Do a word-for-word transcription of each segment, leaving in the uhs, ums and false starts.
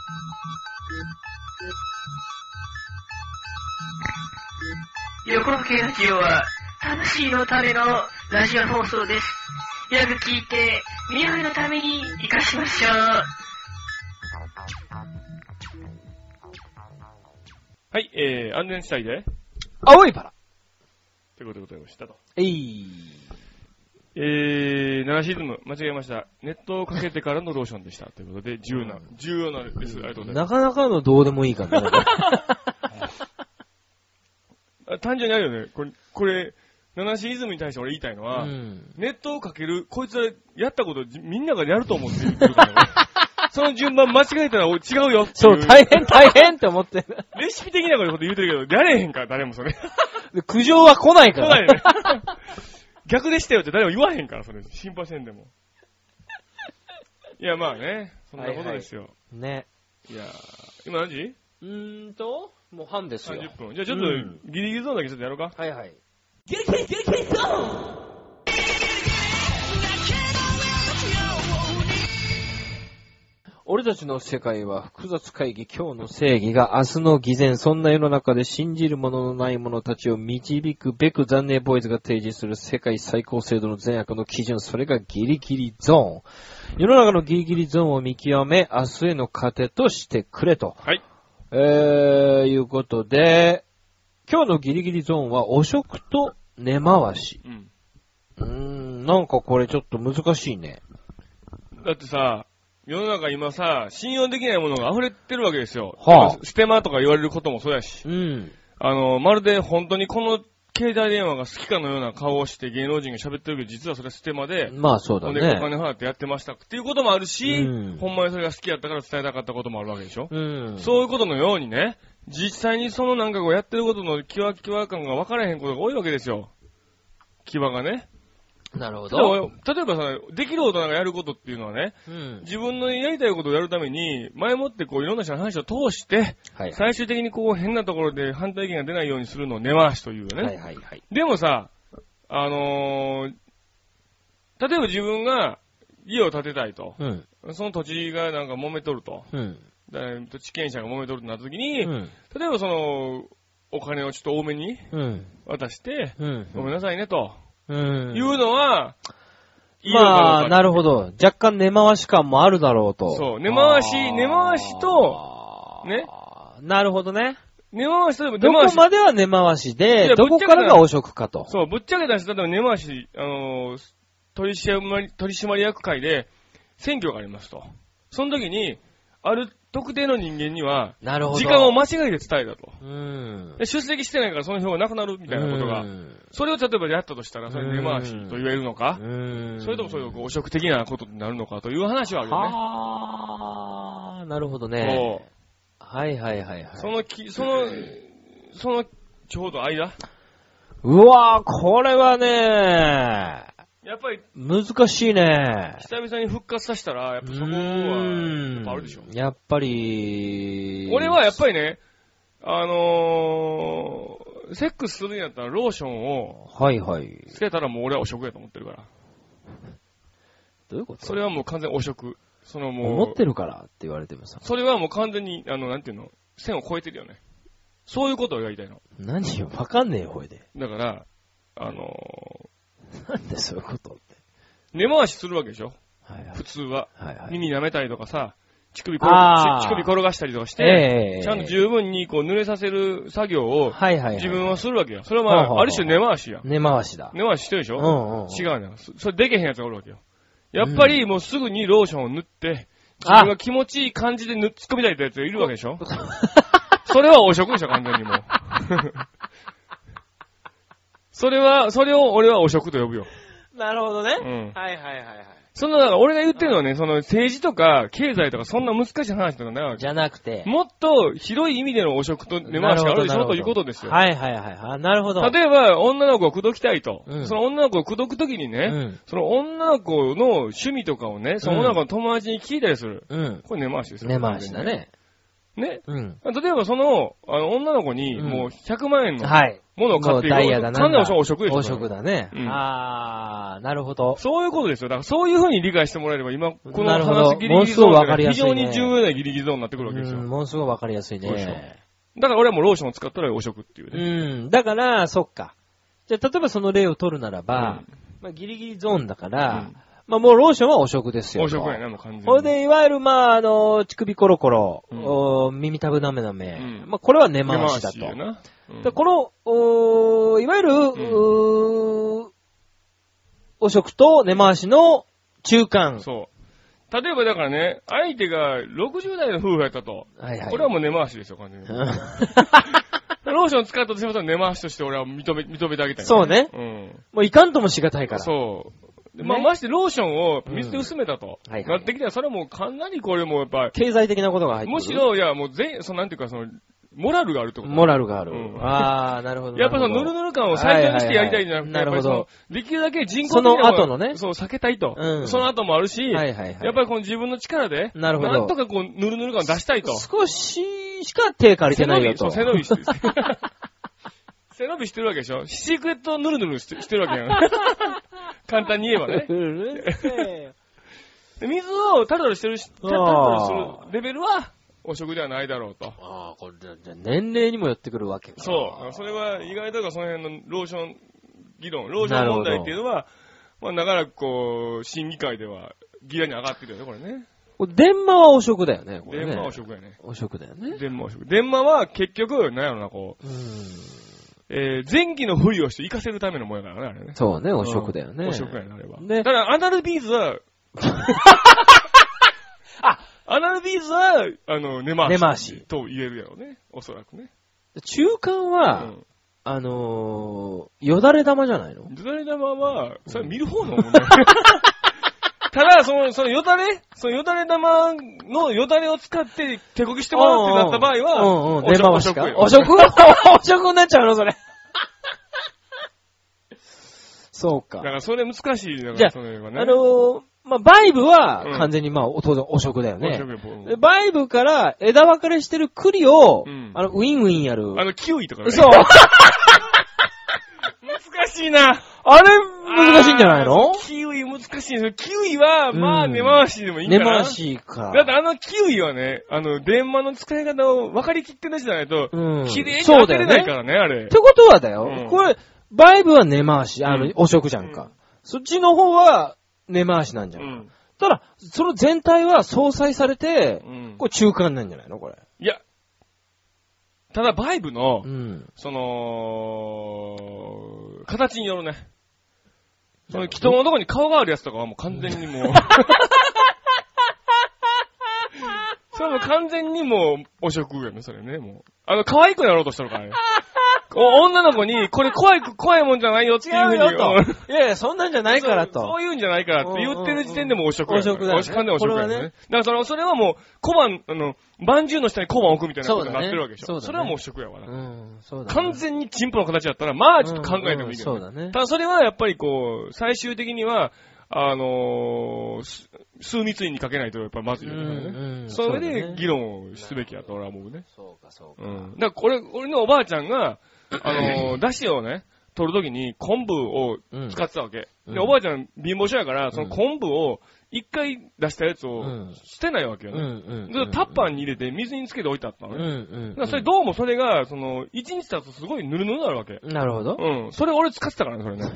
横分けラジオは魂のためのラジオ放送です。よく聞いて未来のために生かしましょう。 はい、えー、安全地帯で青いバラということでございましたと。 えいえー、ナナシズム、間違えました。熱湯をかけてからのローションでしたということで、重要な、重要なです。ありがとうございます。 なかなかのどうでもいいからね。 単純にあるよね。これ、これ、ナナシイズムに対して俺言いたいのは、うん、熱湯をかける、こいつはやったことみんながやると思って言ってるからね。その順番間違えたら違うよっていう。 そう、大変大変って思ってる。 レシピ的なこと言うてるけど、やれへんから、誰もそれ。 苦情は来ないから。 来ないね。逆でしたよって誰も言わへんから、それ。心配せんでも。いや、まあね。そんなことですよ。はいはい、 ね。 いや今何時うーんと、もう半ですよ。 さんじゅっぷん。じゃあちょっと、ギリギリゾーンだけちょっとやろうか。 はいはい。ギリギリギリギリゾーン俺たちの世界は複雑会議、今日の正義が明日の偽善、そんな世の中で信じるもののない者たちを導くべく残念ボーイズが提示する世界最高精度の善悪の基準、それがギリギリゾーン。世の中のギリギリゾーンを見極め、明日への糧としてくれと。 はい。 えー、いうことで、今日のギリギリゾーンは汚職と根回し。うん。うーん、なんかこれちょっと難しいね。 だってさ、世の中今さ、信用できないものが溢れてるわけですよ。 はあ、 ステマとか言われることもそうやし。 うん。 あの、まるで本当にこの携帯電話が好きかのような顔をして芸能人が喋ってるけど、実はそれステマで、 まあそうだね。 お金払ってやってましたっていうこともあるし、うん、ほんまにそれが好きやったから伝えたかったこともあるわけでしょ。うん。そういうことのようにね、実際にそのなんかこうやってることのキワキワ感が分からへんことが多いわけですよ。キワがね。 なるほど。 例えばさ、できる大人がやることっていうのはね、うん、自分のやりたいことをやるために、前もってこういろんな人の話を通して、はいはい、最終的にこう変なところで反対意見が出ないようにするのを根回しというね。はいはいはい、でもさ、あのー、例えば自分が家を建てたいと、うん、その土地がなんか揉めとると、うん、土地権者が揉めとるとなった時に、うん、例えばその、お金をちょっと多めに渡して、うん、ごめんなさいねと。うん、いうのは、いいのかどうか。 まあ、なるほど。若干根回し感もあるだろうと。 そう、根回し、根回しと、ね。 なるほどね。 根回しと、 どこまでは根回しで、どこからが汚職かと。 そう、ぶっちゃけたし、例えば根回し、あのー、取締、取締役会で選挙がありますと。その時に、ある特定の人間には、 なるほど。 時間を間違えて伝えたと。うん。出席してないからその票がなくなるみたいなことが、それを例えばやったとしたら、それ根回しと言えるのか、うんそれともそういう汚職的なことになるのかという話はあるよね。 あー、なるほどね。そう。はいはいはいはい。 そのき、その、その、ちょうど間うわー、これはねやっぱり、 難しいね。 久々に復活させたら、やっぱそこは、やっぱあるでしょ。 やっぱり、 俺はやっぱりね、あのー、セックスするんやったらローションを、 はいはい。 つけたらもう俺は汚職やと思ってるから。 どういうこと？ それはもう完全汚職。そのもう。 思ってるからって言われてもさ。 それはもう完全に、あの、なんていうの、線を越えてるよね。そういうことをやりたいの。 何よ、わかんねえよ、ほいで。 だから、あのー、なんでそういうことって。 根回しするわけでしょ、はいはい、普通は、はいはい。耳舐めたりとかさ、乳首転が、乳首転がしたりとかして、えー、ちゃんと十分にこう濡れさせる作業を、はいはいはい、自分はするわけよ。それはまあ、ある種根回しや。 根回しだ。 根回ししてるでしょ、うんうん、違うね。それできへんやつがおるわけよ。やっぱりもうすぐにローションを塗って、自分が気持ちいい感じで突っ込みたいってやつがいるわけでしょそれは汚職でしょ、完全にもう。それは、それを俺は汚職と呼ぶよ。 なるほどね。 うん。 はいはいはいはい。 その、だから俺が言ってるのはね、その政治とか経済とかそんな難しい話とかないわけ。 じゃなくて。 もっと広い意味での汚職と根回しがあるでしょということですよ。 はいはいはい。あ、なるほど。 例えば、女の子を口説きたいと。うん、その女の子を口説くときにね、うん、その女の子の趣味とかをね、その女の子の友達に聞いたりする。うん。これ根回しですよ。 根回しだね。 ね、うん、例えばその、あの、女の子に、もうひゃくまんえんのものを買っていく。 ダイヤだな。 完全に汚職ですよ。 汚職だね。うん、あー、なるほど。 そういうことですよ。だからそういう風に理解してもらえれば、今、この話ギリギリゾーンが非常に重要なギリギリゾーンになってくるわけですよ。 うん、ものすごいわかりやすいね。 だから俺はもうローションを使ったら汚職っていうね。 うん、だから、そっか。じゃあ、例えばその例を取るならば、うん、まあ、ギリギリゾーンだから、うん、まあもうローションは汚職ですよ。 汚職やね、もう完全に。 これで、いわゆる、まあ、あの、乳首コロコロ、うん、お耳たぶなめなめ、うん、まあこれは根回しだと。根回しやな。うん、でこの、おいわゆる、うん、汚職と根回しの中間。 そう。例えばだからね、相手がろくじゅう代の夫婦やったと。はいはい。これはもう根回しですよ、完全に。ローション使ったとしますと根回しとして俺は認め、認めてあげたい、ね。 そうね。うん。もういかんともしがたいから。 そう。ね、まあ、ましてローションを水で薄めたと。うん、はいはい。なってきたら、それはもうかなりこれもやっぱ。 経済的なことが入ってる。 むしろ、いや、もう全、そのなんていうか、その、モラルがあるってこと。 モラルがある。うん、ああ、なるほど。 やっぱその、ぬるぬる感を最強にしてやりたいんじゃなくて、はいはいはい、なるほど。できるだけ人工的な。その後のね。 そう、避けたいと。うん。その後もあるし、はいはいはい。やっぱりこの自分の力で、なるほど。なんとかこう、ぬるぬる感を出したいと。 少ししか手借りてないよと。 そう、背伸びしてる。背伸びしてるわけでしょ。シークレットヌルヌルしてしてるわけやん。簡単に言えばね。水をタルタルしてるし、タルタルするレベルは汚職ではないだろうと。 ああ、これじゃ年齢にもよってくるわけか。 そう。それは意外とかその辺のローション議論、ローション問題っていうのは、まあ長らくこう、審議会では議論に上がってるよね、これね。 電話は汚職だよね、これね。 電話は汚職やね。 汚職だよね。 電話は汚職。電話は結局、なんやろな、こう。うーんえー、前期のふりをして活かせるためのものやからね、あれね。 そうね、汚職だよね。 汚職やね、あれは。ね。ただ、アナルビーズは、あ、アナルビーズは、あの、根回し。根回し。と言えるやろうね、おそらくね。 中間は、うん、あのー、よだれ玉じゃないの？よだれ玉は、それ見る方のもんね。ただ、その、そのよだれそのよだれ玉のよだれを使って手こぎしてもらうってなった場合は、 うんうん、根回しか。汚職汚職になっちゃうのそれ。そうか。 だからそれ難しい。だからそれはね。 あのー、まあ、バイブは完全にまあ、当然汚職だよね。うん、バイブから枝分かれしてる栗を、うん、あの、ウィンウィンやる。 あの、キウイとかね。 そう。 難しいな。 あれ、難しいんじゃないの？ キウイ難しいんですよ。キウイは、まあ、根回しでもいいんかな。 根回しか。 だってあのキウイはね、あの、電話の使い方を分かりきってるじゃないと、うん、綺麗に当てれないからね、あれ。 ってことはだよ。うん、これ、バイブは根回し、あの、汚職じゃんか。うん、そっちの方は、根回しなんじゃんか。うん、ただ、その全体は相殺されて、うん、これ中間なんじゃないのこれ。 いや、ただバイブの、うん、その、形によるね。その、祈祷のとこに顔があるやつとかはもう完全にもう。それはもう完全にもう、汚職やね、それね、もう。あの、可愛くやろうとしたのかね。女の子に、これ怖い、怖いもんじゃないよっていうふうに。 いやいや、そんなんじゃないからと。 そう、そういうんじゃないからって言ってる時点でも汚職やね。汚職だね。完全汚職やね。だからそれは、それはもう、小判、あの、番獣の下に小判置くみたいなことになってるわけでしょ。そうだね。それはもう汚職やわな。うん、そうだね。完全にチンポの形だったら、まあちょっと考えてもいいけど、ね。そうだね。ただそれはやっぱりこう、最終的には、あのー、数密院にかけないとやっぱまずいよね。うんうん、それで議論をすべきやと俺は思うね。 そうかそうか。 うん。だからこれ、俺のおばあちゃんが、あのー、だしをね、取るときに昆布を使ってたわけ。うん、で、おばあちゃん貧乏症やから、その昆布を一回出したやつを捨てないわけよね。うんうんうん、タッパーに入れて水につけて置いてあったのね。うんうんうん、だからそれどうもそれが、その、一日経つとすごいヌルヌルになるわけ。 なるほど。 うん。それ俺使ってたからね、それね。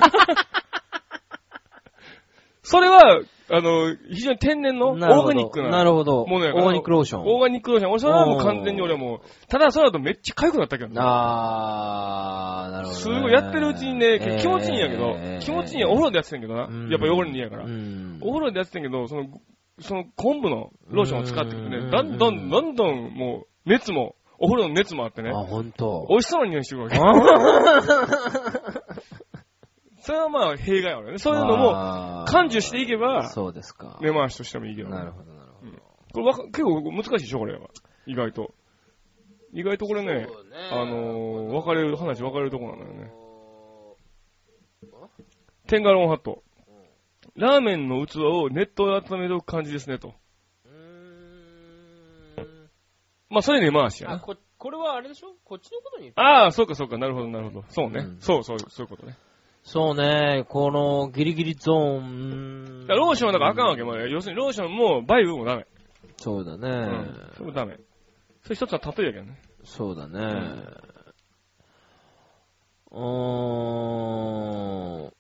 それは、あの、非常に天然のオーガニックななるほど。 ものやから。オーガニックローション。 オーガニックローション。俺それはもう完全に俺はもう、ただそれだとめっちゃ痒くなったけどね。 あー、なるほど、ね。 すごいやってるうちにね、えー、気持ちいいんやけど、えー、気持ちいいんや、お風呂でやってたんやけどな。やっぱ汚れに嫌やから。お風呂でやってたんやけど、その、その昆布のローションを使ってくてね、だんだん、どんどんもう、熱も、お風呂の熱もあってね。 あ、ほんと。 美味しそうな匂いしてくるわけ。それはまあ弊害あるよね。そういうのも感受していけば、 そうですか。 根回しとしてもいいけど、ね。 なるほど、なるほど。うん、 これわか結構難しいでしょ、これは。意外と。意外とこれね、ねあのー、分かれる、話分かれるとこなんだよね。テンガロンハット。ラーメンの器をネットで温める感じですね、と。うーん。 まあ、それ根回しやな。 あ、こ、これはあれでしょこっちのことに言ってああ、そうかそうか、なるほどなるほど。そうね。うん、そうそう、そういうことね。 そうね、このギリギリゾーン。 ローションはだからあかんわけも、要するにローションもバイブもダメ。 そうだね。 うん。それもダメ。それ一つは例えやけどね。 そうだね。うーん。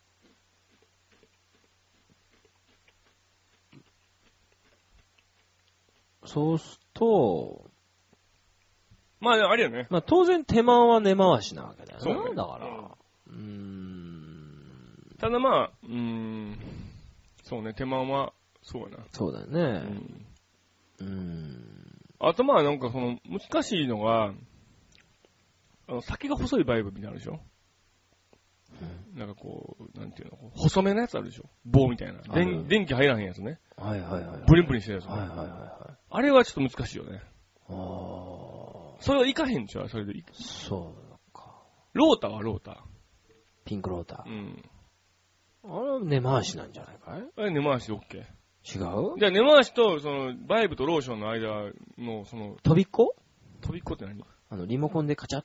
そうすると、 まあ、あれよね。 まあ、当然手間は根回しなわけだよね。 そうね。 だから。うーん。 ただまあ、うーん。そうね、手間は、そうやな。 そうだよね。うん。うーん。 あとまあなんかその、難しいのが、あの、先が細いバイブみたいなのあるでしょ、うん、なんかこう、なんていうの、細めのやつあるでしょ棒みたいな。電、電気入らへんやつね。 はいはいはい。 ブリンブリンしてるやつね。 はいはいはいはい。 あれはちょっと難しいよね。 ああ。 それはいかへんちゃうそれでいく。 そうか。 ロータはロータ。 ピンクロータ。 うん。 あれは根回しなんじゃないかい？ あれ根回し OK。 違う？ じゃあ根回しと、その、バイブとローションの間の、その、 飛びっこ？ 飛びっこって何？ あの、リモコンでカチャって。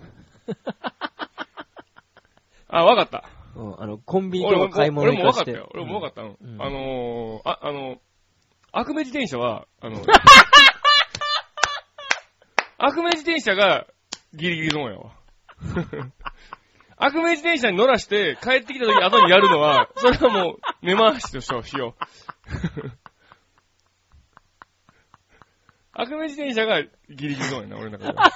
あ、わかった。 うん、あの、コンビニとか買い物に行かして。俺もわかったよ。俺もわかったの。うん、あのー、あ、あの、悪名自転車は、あの、悪名自転車がギリギリゾーンやわ。悪名自転車に乗らして帰ってきた時に後にやるのは、それはもう根回しとしてしよう。悪名自転車がギリギリゾーンやな、俺の中で。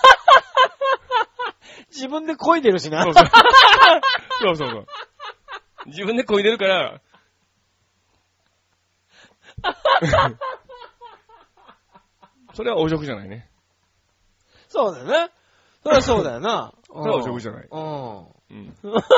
自分で漕いでるしな。 そうそう。そうそうそう。自分で漕いでるから、それはお食じゃないね。 そうだよね。それはそうだよな。 それはお食じゃない。 うん。うん。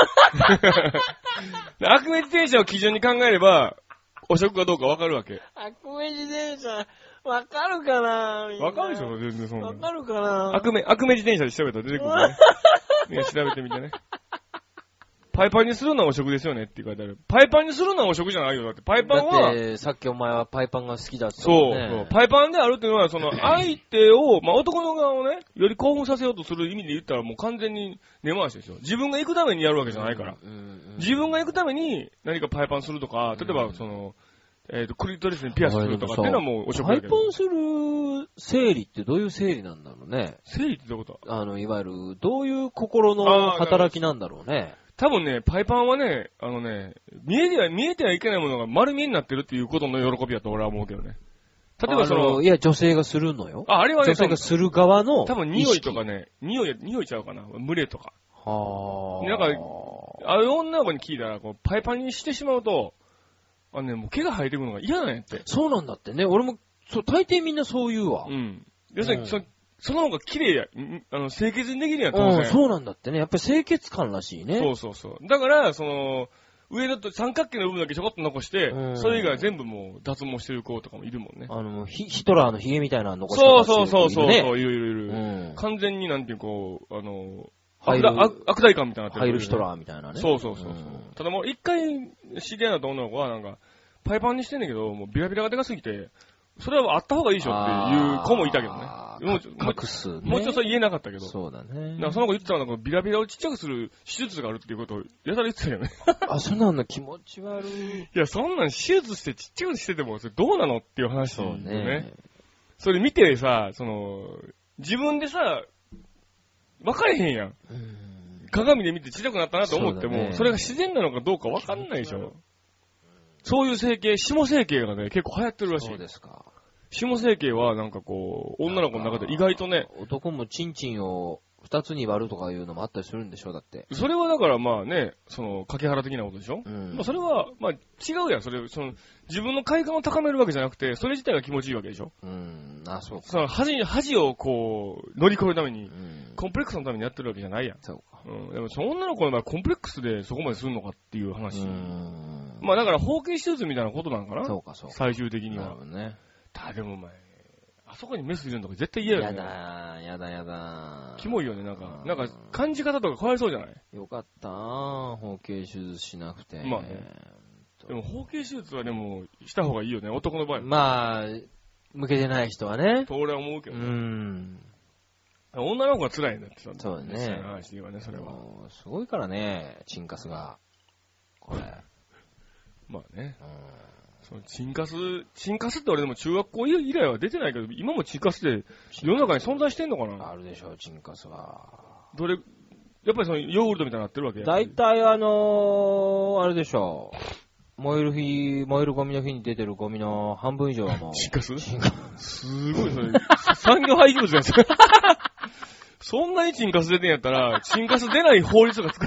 悪名自転車を基準に考えれば、お食かどうかわかるわけ。 悪名自転車、わかるかなわかるでしょ全然そんな。 わかるかな悪名、悪名自転車で調べたら出てくるね。ね、調べてみてね。パイパンにするのはお食ですよねって書いてある。パイパンにするのはお食じゃないよ。だってパイパンは。 だってさっきお前はパイパンが好きだって、ね。 そうそう。パイパンであるっていうのは、その相手を、まあ男の側をね、より興奮させようとする意味で言ったらもう完全に根回しですよ。自分が行くためにやるわけじゃないから。うんうんうん、自分が行くために何かパイパンするとか、例えばその、えっ、ー、と、クリトリスにピアスするとかっていうのはもうお食だけど。 パイパンする整理ってどういう整理なんだろうね。 整理ってどういうこと？ あの、いわゆる、どういう心の働きなんだろうね。 多分ね、パイパンはね、あのね、見えては、見えてはいけないものが丸見えになってるっていうことの喜びだと俺は思うけどね。例えばその、 いや、女性がするのよ。 あ、あれはね、 女性がする側の。 多分匂いとかね、匂い、匂いちゃうかな。群れとか。 はあ。なんか、あの女の子に聞いたら、こうパイパンにしてしまうと、あのね、もう毛が生えてくるのが嫌なんやって。 そうなんだってね。俺も、そう、大抵みんなそう言うわ。 うん。要するに、うん、そその方が綺麗や、あの、清潔にできるやん、当然。 うん、そうなんだってね。やっぱり清潔感らしいね。 そうそうそう。だから、その、上のと三角形の部分だけちょこっと残して、うん、それ以外全部もう脱毛してる子とかもいるもんね。 あの、ヒヒトラーのヒゲみたいなの残してる子、ね。 そうそうそうそう、いるいるいる。うん、完全になんていうこう、あの、悪大感みたいになってる、 ね。ハイルヒトラーみたいなね。 そうそうそうそう、うん。ただもう一回知り合いだった女の子はなんか、パイパンにしてんねんけど、もうビラビラがでかすぎて、それはあった方がいいでしょっていう子もいたけどね。 もう隠すね。 もうちょっとそれ言えなかったけど。 そうだね。 だからその子言ってたのは、ビラビラをちっちゃくする手術があるっていうことをやたら言ってたよね。 あ、そんなの気持ち悪い。 いや、そんなん手術してちっちゃくしてても、それどうなのっていう話だよね。そうね。それ見てさ、その、自分でさ、分かれへんやん。うん鏡で見てちっちゃくなったなと思っても、そ, ね、それが自然なのかどうか分かんないでしょ。そういう整形、下整形がね、結構流行ってるらしい。 そうですか。 下整形はなんかこう、女の子の中で意外とね。 男もチンチンを二つに割るとかいうのもあったりするんでしょだって。 それはだからまあね、その、掛原的なことでしょ、うん、まあそれは、まあ違うやん。それ、その、自分の快感を高めるわけじゃなくて、それ自体が気持ちいいわけでしょうん、あ、そうか。その、恥、恥をこう、乗り越えるために、うん、コンプレックスのためにやってるわけじゃないやん。そうか。うん。でもその女の子の場合コンプレックスでそこまでするのかっていう話。うん。まあだから、包茎手術みたいなことなんかなそうかそうか。最終的には。なるほどね。ただでもお前、あそこにメスいるのとか絶対嫌よね。 やだー、やだやだー。 キモいよね、なんか。なんか、感じ方とか変わりそうじゃないよかったー、包茎手術しなくて。 まあね。でも、包茎手術はでも、した方がいいよね、男の場合。 まあ、 向けてない人はね。 と俺は思うけどね。 うん。 女の子が辛いんだってさ。 そうだね。 話ではね、それは。 すごいからね、チンカスが。これ。 まあね。そのチンカス、チンカスって俺でも中学校以来は出てないけど、今もチンカスって世の中に存在してんのかな？ あるでしょう、チンカスは。 どれ、やっぱりそのヨーグルトみたいになってるわけ？ 大体あのー、あれでしょう。燃える日、燃えるゴミの日に出てるゴミの半分以上はもう。 チンカス？チンカス。すごいそれ。産業廃棄物ですよ。そんなにチンカス出てんやったら、チンカス出ない法律が作った。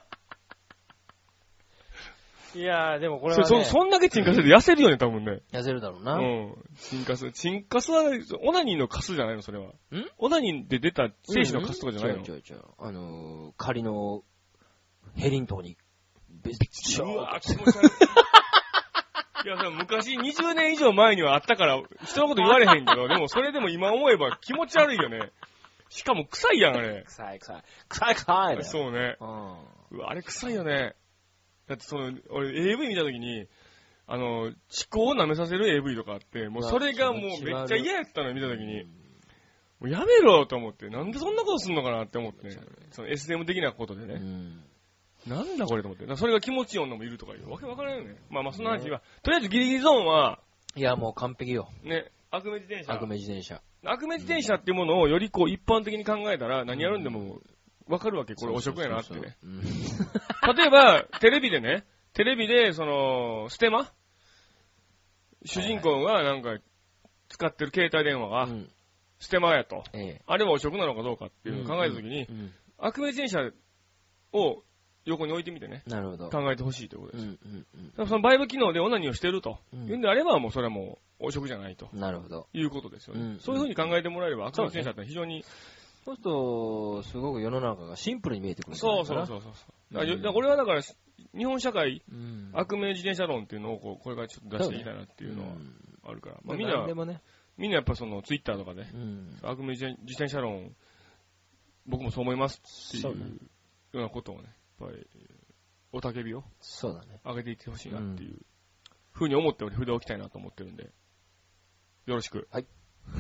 いやー、でもこれは、ね、 そ、そ、そんだけチンカスで痩せるよね、多分ね。 痩せるだろうな。 うん。チンカス。チンカスは、オナニーのカスじゃないの、それは。んオナニーで出た精子のカスとかじゃないの？ 違う違う違う。あのー、仮のヘリン島に、べっちょー。うわー、気持ち悪い。 いや、昔にじゅうねん以上前にはあったから、人のこと言われへんけど、でもそれでも今思えば気持ち悪いよね。しかも臭いやん、あれ。 臭い臭い。臭い臭いね。 そうね。うん。うわ、あれ臭いよね。だってその、俺 エーブイ 見たときに、あの、乳口を舐めさせる エーブイ とかあって、もうそれがもうめっちゃ嫌やったの見たときに、もうやめろと思って、なんでそんなことすんのかなって思って、ね、その エスエム 的なことでね。うん、なんだこれと思って。それが気持ちいい女もいるとかいう。わけわからないよね。まあまあその話は、ね、とりあえずギリギリゾーンは、 いやもう完璧よ。 ね、悪名自転車。 悪名自転車。 悪名自転車っていうものをよりこう一般的に考えたら何やるんでもわかるわけ。これ汚職やなってね。例えば、テレビでね、テレビで、その、ステマ主人公がなんか使ってる携帯電話が、ステマやと。うん、あれは汚職なのかどうかっていうのを考えたときに、うんうんうん、悪名自転車を横に置いてみてね。 なるほど。 考えてほしいということです。うんうんうん、そのバイブ機能でオナニーをしてると。うん、いうんであれば、もうそれはもう汚職じゃないと。 なるほど。 いうことですよね。うんうん、そういうふうに考えてもらえれば、悪名自転車って非常に、 そうすると、すごく世の中がシンプルに見えてくるんじゃないかな。そうそうそうそう。だから俺はだから、日本社会、うん、悪名自転車論っていうのをこうこれからちょっと出していきたいなっていうのはあるから。ね、まあ、みんな、ね、みんなやっぱそのツイッターとかで、うん、悪名自転車論、僕もそう思いますっていうようなことをね、やっぱり、おたけびをそうだね。 上げていってほしいなっていうふうに思って俺筆を置きたいなと思ってるんで、よろしく。 はい。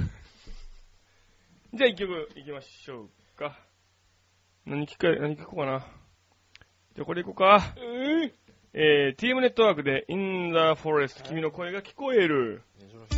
じゃあ一曲いきましょうか。何聞か、何聞こうかな。じゃあこれいこうか。えー、ティームネットワークで In the Forest 君の声が聞こえる。珍しい。